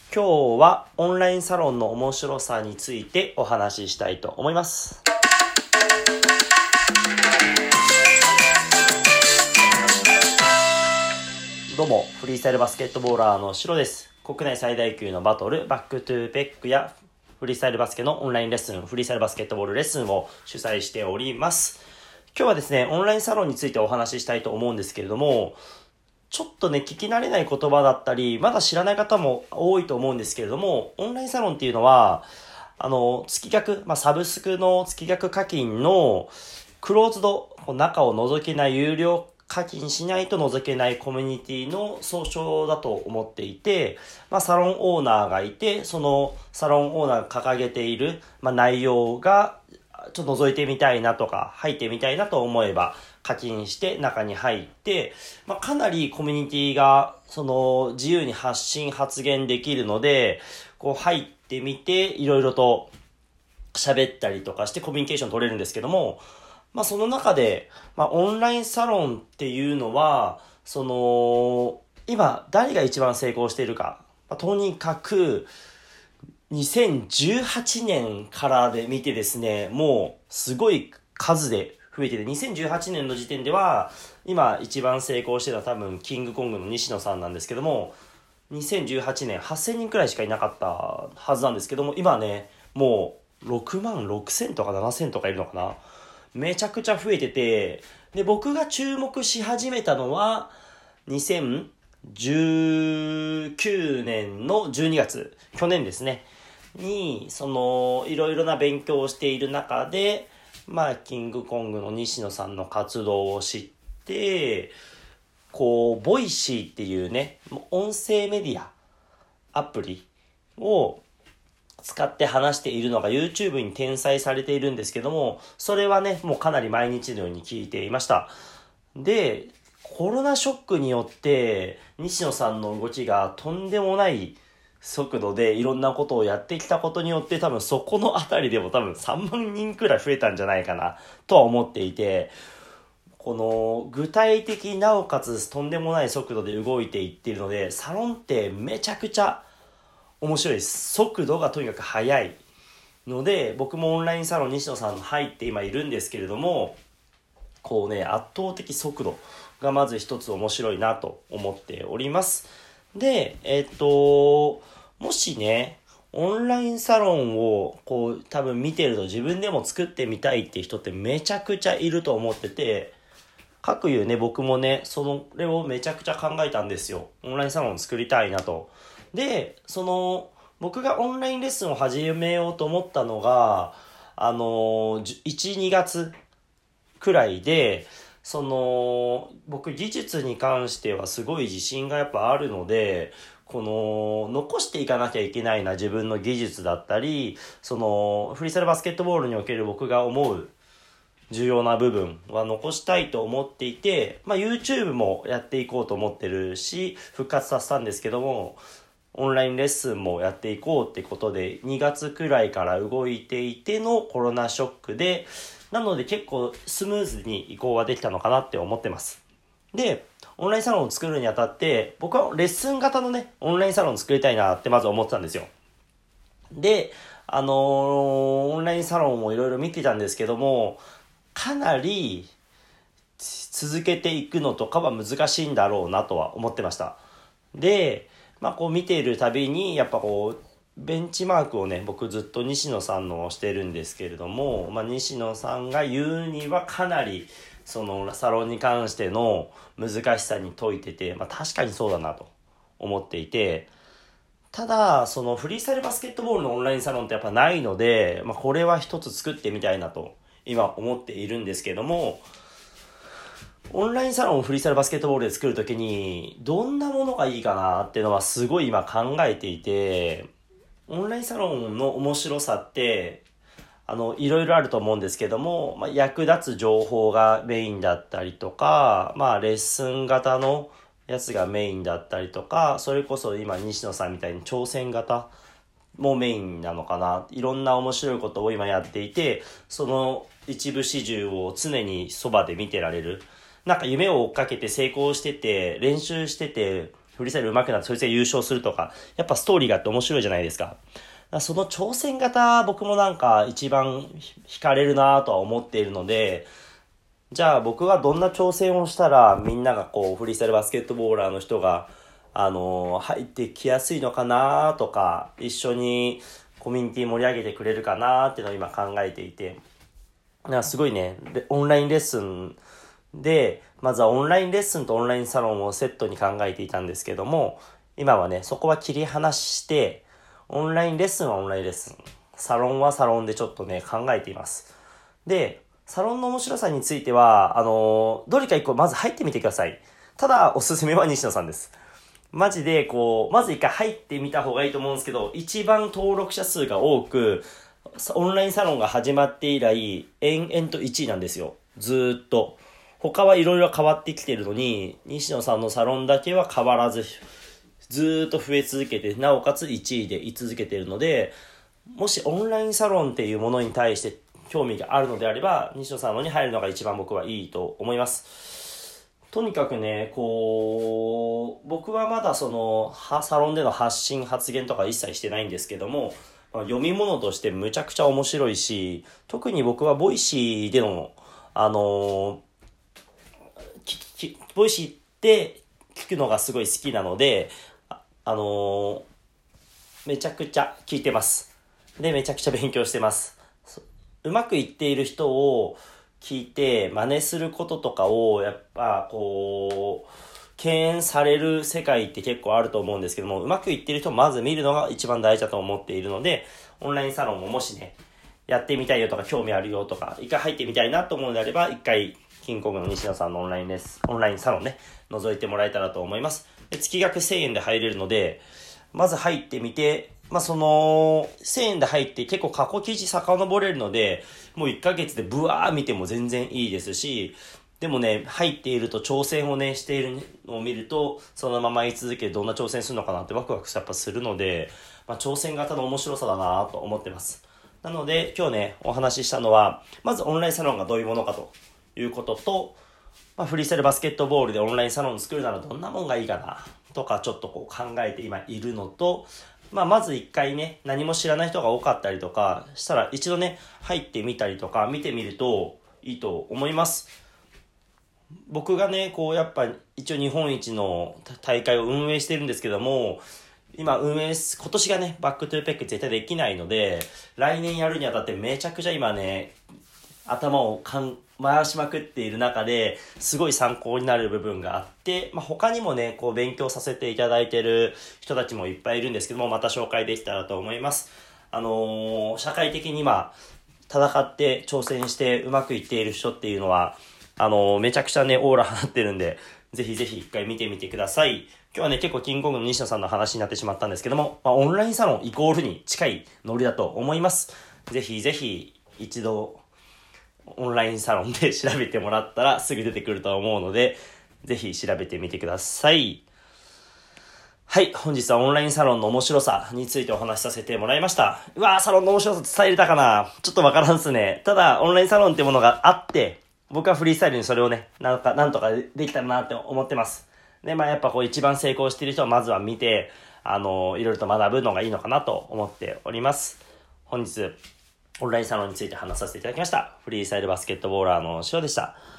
今日はオンラインサロンの面白さについてお話ししたいと思います。どうも、フリースタイルバスケットボーラーのシロです。国内最大級のバトル、バックトゥーペックやフリースタイルバスケのオンラインレッスン、フリースタイルバスケットボールレッスンを主催しております。今日はですね、オンラインサロンについてお話ししたいと思うんですけれども、ちょっとね、聞き慣れない言葉だったり、まだ知らない方も多いと思うんですけれども、オンラインサロンっていうのは、月額、サブスクの月額課金のクローズド、中を覗けない有料課金しないと覗けないコミュニティの総称だと思っていて、サロンオーナーがいて、そのサロンオーナーが掲げている、内容がちょっと覗いてみたいなとか、入ってみたいなと思えば、課金して中に入って、かなりコミュニティが、自由に発信発言できるので、入ってみて、いろいろと喋ったりとかしてコミュニケーション取れるんですけども、その中で、オンラインサロンっていうのは、今、誰が一番成功しているか、とにかく、2018年からで見てですね、もうすごい数で増えてて、2018年の時点では、今一番成功してた多分キングコングの西野さんなんですけども、2018年8000人くらいしかいなかったはずなんですけども、今ね、もう6万6000とか7000とかいるのかな。めちゃくちゃ増えてて、で、僕が注目し始めたのは、2019年の12月、去年ですね。にいろいろな勉強をしている中で、キングコングの西野さんの活動を知って、ボイシーっていうね、音声メディアアプリを使って話しているのが YouTube に転載されているんですけども、それはね、もうかなり毎日のように聞いていました。で、コロナショックによって西野さんの動きがとんでもない速度でいろんなことをやってきたことによって、多分そこのあたりでも多分3万人くらい増えたんじゃないかなとは思っていて、この具体的なおかつとんでもない速度で動いていっているので、サロンってめちゃくちゃ面白いです。速度がとにかく速いので、僕もオンラインサロン西野さん入って今いるんですけれども、圧倒的速度がまず一つ面白いなと思っております。で、もしね、オンラインサロンを多分見てると自分でも作ってみたいって人ってめちゃくちゃいると思ってて、各有ね、僕もね、それをめちゃくちゃ考えたんですよ。オンラインサロンを作りたいなと。で、僕がオンラインレッスンを始めようと思ったのが、1、2月くらいで、僕技術に関してはすごい自信がやっぱあるので、残していかなきゃいけないな自分の技術だったり、フリースタイルバスケットボールにおける僕が思う重要な部分は残したいと思っていて、YouTube もやっていこうと思ってるし、復活させたんですけども、オンラインレッスンもやっていこうってことで、2月くらいから動いていてのコロナショックで、なので結構スムーズに移行はできたのかなって思ってます。で、オンラインサロンを作るにあたって、僕はレッスン型のね、オンラインサロンを作りたいなってまず思ってたんですよ。で、オンラインサロンをいろいろ見てたんですけども、かなり続けていくのとかは難しいんだろうなとは思ってました。で、見ているたびに、やっぱベンチマークをね、僕ずっと西野さんのをしてるんですけれども、西野さんが言うにはかなり、サロンに関しての難しさに説いてて、確かにそうだなと思っていて、ただ、フリースタイルバスケットボールのオンラインサロンってやっぱないので、これは一つ作ってみたいなと、今思っているんですけども、オンラインサロンをフリースタイルバスケットボールで作るときに、どんなものがいいかなっていうのはすごい今考えていて、オンラインサロンの面白さって、いろいろあると思うんですけども、役立つ情報がメインだったりとか、レッスン型のやつがメインだったりとか、それこそ今西野さんみたいに挑戦型もメインなのかな。いろんな面白いことを今やっていて、その一部始終を常にそばで見てられる。なんか夢を追っかけて成功してて、練習してて、 フリースタイル上手くなってそいつが優勝するとか、やっぱストーリーがあって面白いじゃないですか。だからその挑戦型、僕もなんか一番惹かれるなとは思っているので、じゃあ僕はどんな挑戦をしたらみんながこうフリースタイルバスケットボーラーの人が入ってきやすいのかなとか、一緒にコミュニティ盛り上げてくれるかなっていうのを今考えていて、すごいね、オンラインレッスンで、まずはオンラインレッスンとオンラインサロンをセットに考えていたんですけども、今はね、そこは切り離して、オンラインレッスンはオンラインレッスン、サロンはサロンでちょっとね、考えています。で、サロンの面白さについては、どれか一個まず入ってみてください。ただ、おすすめは西野さんです。マジで、まず一回入ってみた方がいいと思うんですけど、一番登録者数が多く、オンラインサロンが始まって以来、延々と1位なんですよ。ずーっと。他はいろいろ変わってきてるのに、西野さんのサロンだけは変わらず、ずーっと増え続けて、なおかつ1位で居続けているので、もしオンラインサロンっていうものに対して興味があるのであれば、西野さんのに入るのが一番僕はいいと思います。とにかくね、僕はまだサロンでの発信発言とか一切してないんですけども、読み物としてむちゃくちゃ面白いし、特に僕はボイシーでの、ボイシーって聞くのがすごい好きなので、めちゃくちゃ聞いてます。で、めちゃくちゃ勉強してます。うまくいっている人を聞いて真似することとかを、やっぱ敬遠される世界って結構あると思うんですけども、うまくいっている人をまず見るのが一番大事だと思っているので、オンラインサロンももしね、やってみたいよとか興味あるよとか、一回入ってみたいなと思うのであれば、一回、キングコングの西野さんのオンラインサロンね、覗いてもらえたらと思います。で、月額1000円で入れるので、まず入ってみて、1000円で入って結構過去記事遡れるので、もう1ヶ月でブワー見ても全然いいですし、でもね、入っていると挑戦をね、しているのを見ると、そのまま居続けてどんな挑戦するのかなってワクワクやっぱするので、挑戦型の面白さだなと思ってます。なので、今日ね、お話ししたのは、まずオンラインサロンがどういうものかということと、フリースタイルバスケットボールでオンラインサロン作るならどんなもんがいいかなとかちょっと考えて今いるのと、まず一回ね、何も知らない人が多かったりとかしたら一度ね、入ってみたりとか見てみるといいと思います。僕がね、やっぱ一応日本一の大会を運営してるんですけども、今年がね、バックトゥーペック絶対できないので、来年やるにあたってめちゃくちゃ今ね、頭を回しまくっている中ですごい参考になる部分があって、他にもね、勉強させていただいている人たちもいっぱいいるんですけども、また紹介できたらと思います。社会的に今、戦って挑戦してうまくいっている人っていうのは、めちゃくちゃね、オーラ放ってるんで、ぜひぜひ一回見てみてください。今日はね、結構キングコングの西野さんの話になってしまったんですけども、オンラインサロンイコールに近いノリだと思います。ぜひぜひ一度、オンラインサロンで調べてもらったらすぐ出てくると思うので、ぜひ調べてみてください。はい、本日はオンラインサロンの面白さについてお話しさせてもらいました。サロンの面白さ伝えれたかな？ちょっとわからんっすね。ただ、オンラインサロンってものがあって、僕はフリースタイルにそれをね、なんとかできたらなって思ってます。で、やっぱ一番成功している人はまずは見て、いろいろと学ぶのがいいのかなと思っております。本日、オンラインサロンについて話させていただきました。フリースタイルバスケットボーラーの塩でした。